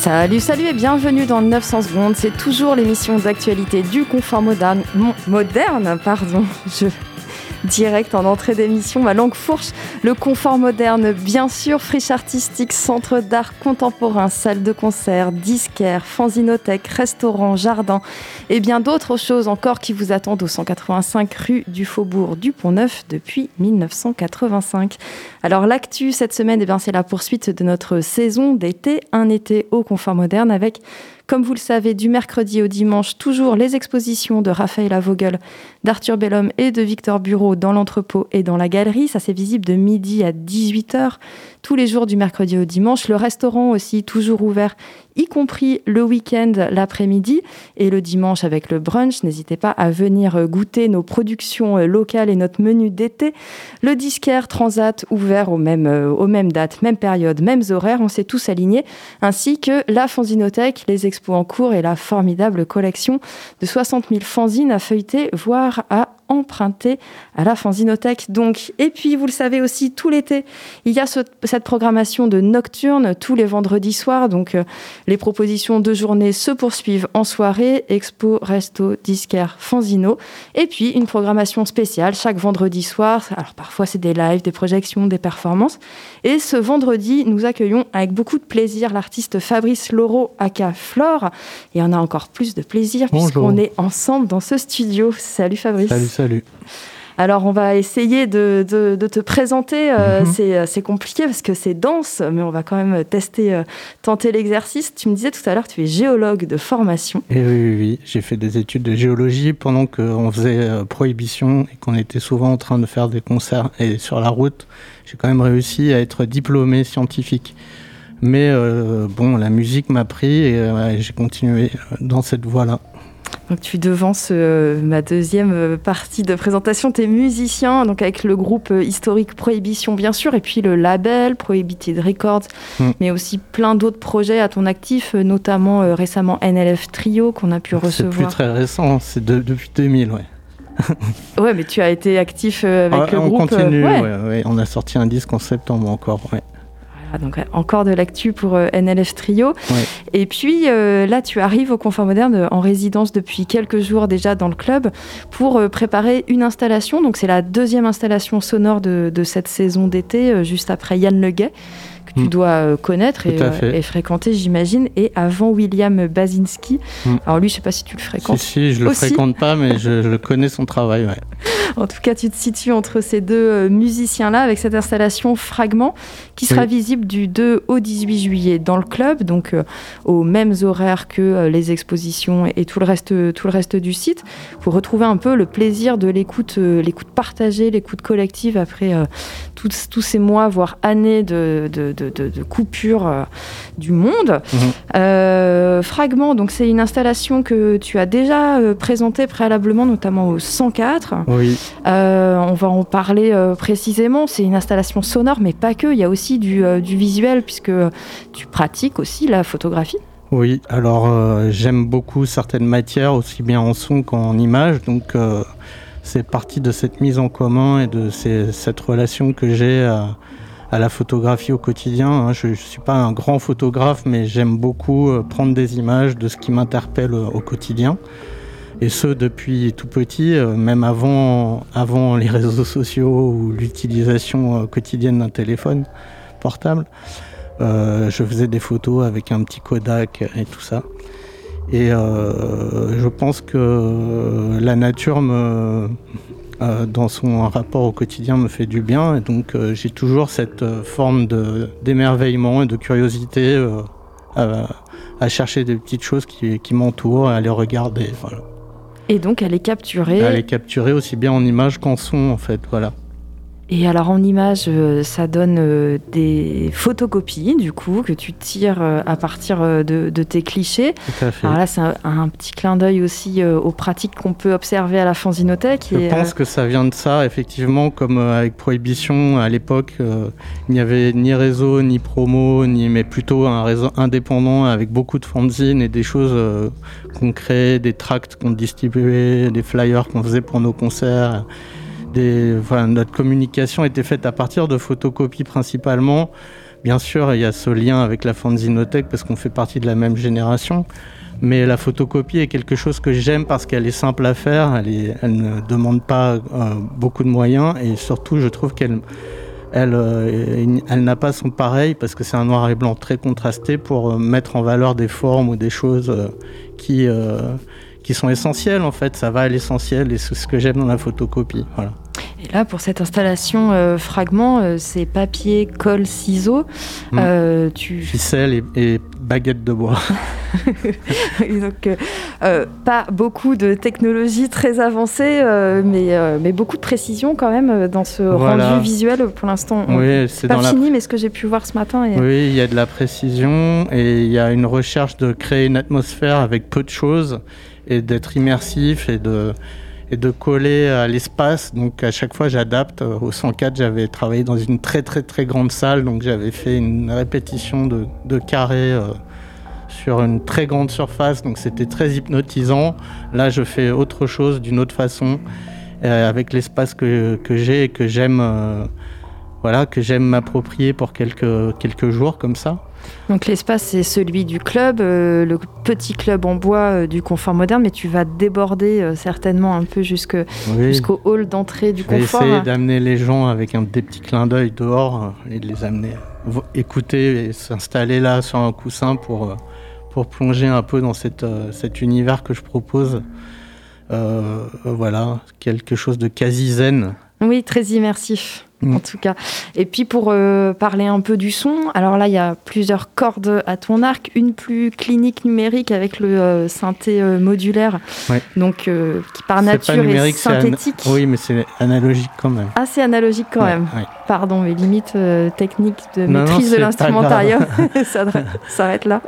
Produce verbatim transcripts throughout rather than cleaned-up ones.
Salut, salut et bienvenue dans neuf cents secondes. C'est toujours l'émission d'actualité du confort moderne, moderne pardon, je... direct en entrée d'émission, ma langue fourche. Le confort moderne, bien sûr, friche artistique, centre d'art contemporain, salle de concert, disquaire, fanzinothèque, restaurant, jardin et bien d'autres choses encore qui vous attendent au cent quatre-vingt-cinq rue du Faubourg du Pont-Neuf depuis dix-neuf cent quatre-vingt-cinq. Alors l'actu cette semaine, eh bien, c'est la poursuite de notre saison d'été, un été au confort moderne avec, comme vous le savez, du mercredi au dimanche, toujours les expositions de Raphaël Vogel, d'Arthur Bellum et de Victor Bureau dans l'entrepôt et dans la galerie. Ça, c'est visible de midi à dix-huit heures, tous les jours du mercredi au dimanche. Le restaurant aussi, toujours ouvert, y compris le week-end, l'après-midi. Et le dimanche avec le brunch, n'hésitez pas à venir goûter nos productions locales et notre menu d'été. Le disquaire Transat, ouvert aux mêmes, aux mêmes dates, mêmes périodes, mêmes horaires. On s'est tous alignés. Ainsi que la fanzinothèque, les expos en cours et la formidable collection de soixante mille fanzines à feuilleter, voire à emprunter à la fanzinothèque. Donc, et puis, vous le savez aussi, tout l'été, il y a ce, cette programmation de nocturne tous les vendredis soirs. Donc, euh, les propositions de journée se poursuivent en soirée, expo, resto, disquaire, fanzino. Et puis, une programmation spéciale chaque vendredi soir. Alors, parfois, c'est des lives, des projections, des performances. Et ce vendredi, nous accueillons avec beaucoup de plaisir l'artiste Fabrice Laureau, aka Flore. Et on a encore plus de plaisir Bonjour. Puisqu'on est ensemble dans ce studio. Salut Fabrice. Salut, salut. Alors, on va essayer de, de, de te présenter. Euh, Mm-hmm. c'est, c'est compliqué parce que c'est dense, mais on va quand même tester, euh, tenter l'exercice. Tu me disais tout à l'heure que tu es géologue de formation. Et oui, oui, oui, j'ai fait des études de géologie pendant qu'on faisait euh, prohibition et qu'on était souvent en train de faire des concerts. Et sur la route, j'ai quand même réussi à être diplômé scientifique. Mais euh, bon, la musique m'a pris et euh, j'ai continué dans cette voie-là. Donc tu devances euh, ma deuxième partie de présentation. Tu es musicien, donc avec le groupe historique Prohibition bien sûr, et puis le label Prohibited Records, mm. mais aussi plein d'autres projets à ton actif, notamment euh, récemment N L F Trio qu'on a pu c'est recevoir. C'est plus très récent, c'est de, depuis deux mille, ouais. Ouais, mais tu as été actif euh, avec ah, le on groupe. On continue, euh, ouais. Ouais, ouais. On a sorti un disque en septembre encore, ouais. Donc encore de l'actu pour euh, N L F Trio. Ouais. Et puis euh, là, tu arrives au Confort Moderne en résidence depuis quelques jours déjà dans le club pour euh, préparer une installation. Donc c'est la deuxième installation sonore de, de cette saison d'été, euh, juste après Yann Le Gay, que tu mmh. dois euh, connaître et, euh, et fréquenter, j'imagine, et avant William Basinski. Mmh. Alors lui, je ne sais pas si tu le fréquentes. Si, si, je ne le fréquente pas, mais je, je connais son travail, ouais. En tout cas, tu te situes entre ces deux euh, musiciens-là avec cette installation Fragment qui sera oui. visible du deux au dix-huit juillet dans le club, donc euh, aux mêmes horaires que euh, les expositions et, et tout, le reste, tout le reste du site, pour retrouver un peu le plaisir de l'écoute, euh, l'écoute partagée, l'écoute collective après euh, tous, tous ces mois, voire années de, de, de, de, de coupure euh, du monde. Mmh. Euh, Fragment, donc c'est une installation que tu as déjà euh, présentée préalablement, notamment au cent quatre. Oui. Euh, on va en parler euh, précisément. C'est une installation sonore, mais pas que. Il y a aussi du, euh, du visuel, puisque tu pratiques aussi la photographie. Oui, alors euh, j'aime beaucoup certaines matières, aussi bien en son qu'en image. Donc euh, c'est partie de cette mise en commun et de ces, cette relation que j'ai à, à la photographie au quotidien. Hein. Je ne suis pas un grand photographe, mais j'aime beaucoup euh, prendre des images de ce qui m'interpelle euh, au quotidien. Et ce, depuis tout petit, euh, même avant, avant les réseaux sociaux ou l'utilisation euh, quotidienne d'un téléphone portable. Euh, je faisais des photos avec un petit Kodak et tout ça. Et euh, je pense que la nature, me, euh, dans son rapport au quotidien, me fait du bien. Et donc, euh, j'ai toujours cette forme de, d'émerveillement et de curiosité euh, à, à chercher des petites choses qui, qui m'entourent, à les regarder, voilà. Et donc, elle est capturée. Elle est capturée aussi bien en image qu'en son, en fait, voilà. Et alors, en image, euh, ça donne euh, des photocopies, du coup, que tu tires euh, à partir euh, de, de tes clichés. Tout à fait. Alors là, c'est un, un petit clin d'œil aussi euh, aux pratiques qu'on peut observer à la fanzinothèque. Je et, pense euh... que ça vient de ça, effectivement, comme euh, avec Prohibition, à l'époque, euh, il n'y avait ni réseau, ni promo, ni, mais plutôt un réseau indépendant avec beaucoup de fanzines et des choses euh, qu'on créait, des tracts qu'on distribuait, des flyers qu'on faisait pour nos concerts. Des, voilà, notre communication était faite à partir de photocopies principalement, bien sûr, il y a ce lien avec la fanzinothèque parce qu'on fait partie de la même génération. Mais la photocopie est quelque chose que j'aime parce qu'elle est simple à faire, elle, est, elle ne demande pas euh, beaucoup de moyens et surtout, je trouve qu'elle elle, euh, elle n'a pas son pareil parce que c'est un noir et blanc très contrasté pour euh, mettre en valeur des formes ou des choses euh, qui, euh, qui sont essentielles en fait. Ça va à l'essentiel et c'est ce que j'aime dans la photocopie. Voilà. Et là, pour cette installation euh, fragment, euh, c'est papier, colle, ciseaux. Mmh. Euh, tu... Ficelle et, et baguette de bois. Et donc, euh, euh, pas beaucoup de technologie très avancée, euh, mais, euh, mais beaucoup de précision quand même dans ce voilà. rendu visuel. Pour l'instant, on... oui, c'est pas fini, la... mais ce que j'ai pu voir ce matin. Est... Oui, il y a de la précision et il y a une recherche de créer une atmosphère avec peu de choses et d'être immersif et de... et de coller à l'espace. Donc à chaque fois j'adapte. Au cent quatre, j'avais travaillé dans une très très très grande salle, donc j'avais fait une répétition de, de carrés euh, sur une très grande surface, donc c'était très hypnotisant. Là je fais autre chose d'une autre façon, euh, avec l'espace que, que j'ai et que j'aime, euh, voilà, que j'aime m'approprier pour quelques, quelques jours comme ça. Donc l'espace, c'est celui du club, euh, le petit club en bois euh, du confort moderne, mais tu vas déborder euh, certainement un peu jusque, oui. jusqu'au hall d'entrée du Je vais confort. Essayer hein. d'amener les gens avec un, des petits clins d'œil dehors euh, et de les amener euh, écouter et s'installer là sur un coussin pour, euh, pour plonger un peu dans cette, euh, cet univers que je propose. Euh, voilà, quelque chose de quasi zen. Oui, très immersif. Mmh. En tout cas. Et puis pour euh, parler un peu du son, alors là il y a plusieurs cordes à ton arc, une plus clinique numérique avec le euh, synthé euh, modulaire, ouais. donc euh, qui par nature est synthétique. An... Oui, mais c'est analogique quand même. Ah, c'est analogique quand ouais, même. Ouais. Pardon, mais limite euh, technique de non, maîtrise non, de l'instrumentarium, ça s'arrête là.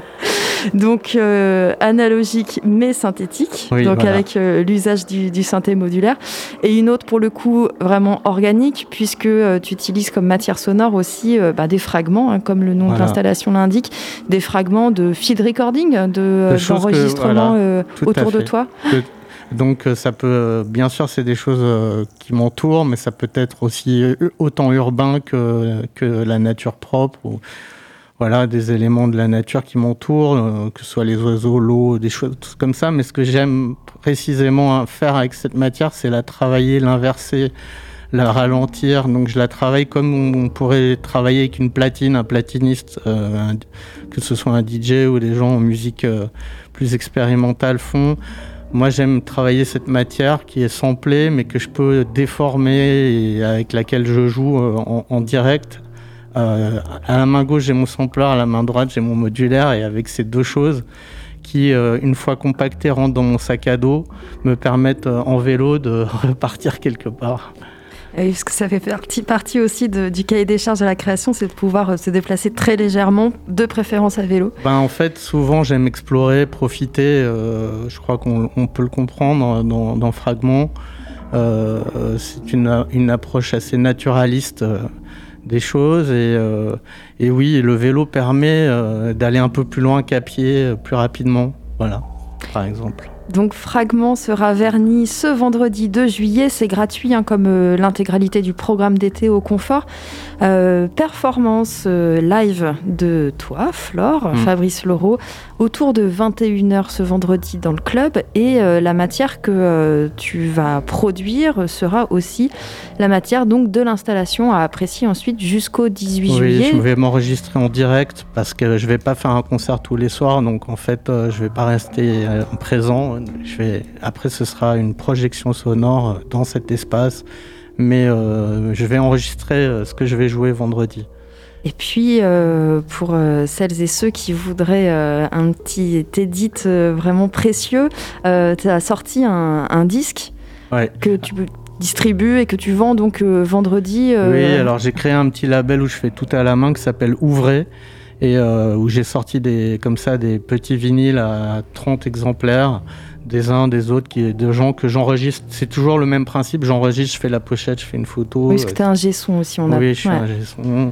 Donc euh, analogique mais synthétique, oui, donc voilà. avec euh, l'usage du, du synthé modulaire, et une autre pour le coup vraiment organique puisque euh, tu utilises comme matière sonore aussi euh, bah, des fragments, hein, comme le nom voilà. de l'installation l'indique, des fragments de field recording, de, de d'enregistrement voilà, euh, autour de toi. Que... Donc ça peut, bien sûr, c'est des choses euh, qui m'entourent, mais ça peut être aussi autant urbain que, que la nature propre. Ou... Voilà, des éléments de la nature qui m'entourent, euh, que ce soit les oiseaux, l'eau, des choses comme ça. Mais ce que j'aime précisément faire avec cette matière, c'est la travailler, l'inverser, la ralentir. Donc je la travaille comme on pourrait travailler avec une platine, un platiniste, euh, un, que ce soit un D J ou des gens en musique euh, plus expérimentale font. Moi, j'aime travailler cette matière qui est samplée, mais que je peux déformer et avec laquelle je joue euh, en, en direct. Euh, à la main gauche, j'ai mon sampler, à la main droite, j'ai mon modulaire, et avec ces deux choses qui, euh, une fois compactées, rentrent dans mon sac à dos, me permettent euh, en vélo de repartir quelque part. Oui, parce que ça fait partie, partie aussi de, du cahier des charges de la création, c'est de pouvoir euh, se déplacer très légèrement, de préférence à vélo. Ben, en fait, souvent, j'aime explorer, profiter. Euh, je crois qu'on on peut le comprendre dans, dans Fragment. Euh, c'est une, une approche assez naturaliste euh, des choses. Et, euh, et oui, le vélo permet euh, d'aller un peu plus loin qu'à pied, euh, plus rapidement. Voilà, par exemple. Donc Fragment sera verni ce vendredi deux juillet, c'est gratuit hein, comme euh, l'intégralité du programme d'été au confort. Euh, performance euh, live de toi, Flore, mmh. Fabrice Laureau, autour de vingt et une heures ce vendredi dans le club, et euh, la matière que euh, tu vas produire sera aussi la matière donc de l'installation à apprécier ensuite jusqu'au dix-huit oui, juillet. Je vais m'enregistrer en direct parce que je vais pas faire un concert tous les soirs, donc en fait euh, je vais pas rester euh, présent. Je vais... Après, ce sera une projection sonore dans cet espace, mais euh, je vais enregistrer ce que je vais jouer vendredi. Et puis, euh, pour euh, celles et ceux qui voudraient euh, un petit édit euh, vraiment précieux, euh, tu as sorti un, un disque ouais. que tu distribues et que tu vends donc euh, vendredi. Euh... Oui, alors j'ai créé un petit label où je fais tout à la main qui s'appelle Ouvrez. Et euh, où j'ai sorti des, comme ça des petits vinyles à trente exemplaires, des uns, des autres, qui, de gens que j'enregistre. C'est toujours le même principe, j'enregistre, je fais la pochette, je fais une photo. Oui, parce que tu as un G-son aussi. On a... Oui, je suis ouais. un G-son.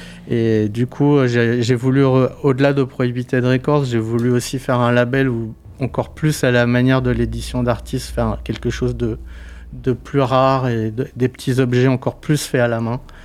Et du coup, j'ai, j'ai voulu, au-delà de Prohibited Records, j'ai voulu aussi faire un label où, encore plus à la manière de l'édition d'artistes, faire quelque chose de, de plus rare et de, des petits objets encore plus faits à la main.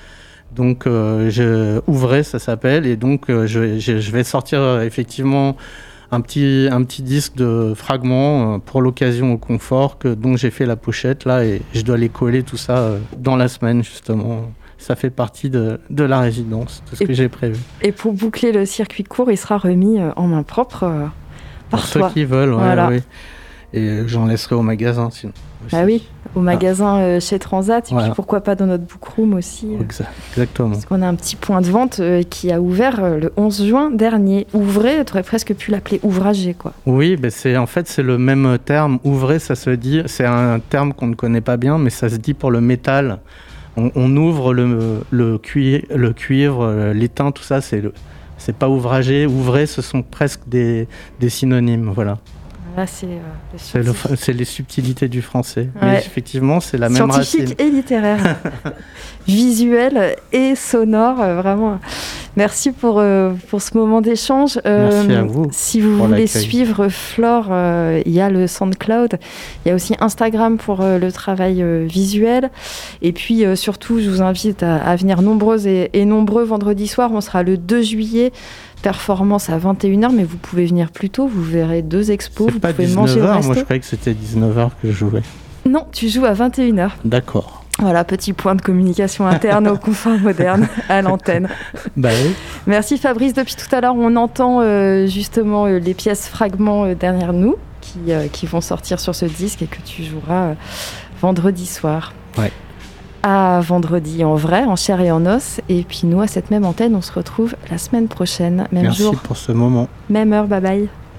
Donc, euh, je, Ouvrez, ça s'appelle. Et donc, euh, je, je, je vais sortir euh, effectivement un petit, un petit disque de fragments euh, pour l'occasion au Confort, que, dont j'ai fait la pochette là. Et je dois les coller tout ça euh, dans la semaine, justement. Ça fait partie de, de la résidence, de ce et, que j'ai prévu. Et pour boucler le circuit court, il sera remis euh, en main propre euh, par pour toi. Ceux qui veulent, ouais, voilà. ouais. Et j'en laisserai au magasin sinon. Aussi. Ah oui, au magasin ah. euh, chez Transat, et voilà. Puis pourquoi pas dans notre bookroom aussi. Euh, exact, exactement. Parce qu'on a un petit point de vente euh, qui a ouvert euh, le onze juin dernier. Ouvrez, tu aurais presque pu l'appeler ouvragé, quoi. Oui, ben c'est, en fait, c'est le même terme. Ouvrez, ça se dit, c'est un terme qu'on ne connaît pas bien, mais ça se dit pour le métal. On, on ouvre le, le, cuir, le cuivre, l'étain, tout ça, c'est, le, c'est pas ouvragé. Ouvrez, ce sont presque des, des synonymes, voilà. Là, c'est, euh, c'est, le, c'est les subtilités du français. Ouais. Mais effectivement, c'est la même racine. Scientifique et littéraire. Visuel et sonore, euh, vraiment. Merci pour, euh, pour ce moment d'échange. Euh, Merci à vous. Si vous voulez l'accueil. Suivre Flore, il euh, y a le SoundCloud. Il y a aussi Instagram pour euh, le travail euh, visuel. Et puis, euh, surtout, je vous invite à, à venir nombreuses et, et nombreux vendredi soir. On sera le deux juillet. Performance à vingt et une heures, mais vous pouvez venir plus tôt, vous verrez deux expos, c'est vous pas pouvez dix-neuf manger heures, au resto. Moi je croyais que c'était dix-neuf heures que je jouais. Non, tu joues à vingt et une heures. D'accord. Voilà, petit point de communication interne au Confort Moderne à l'antenne. Bah oui. Merci Fabrice, depuis tout à l'heure on entend euh, justement euh, les pièces fragments euh, derrière nous qui, euh, qui vont sortir sur ce disque et que tu joueras euh, vendredi soir. Ouais. À vendredi en vrai, en chair et en os. Et puis nous, à cette même antenne, on se retrouve la semaine prochaine, même Merci jour. Merci pour ce moment. Même heure, bye bye.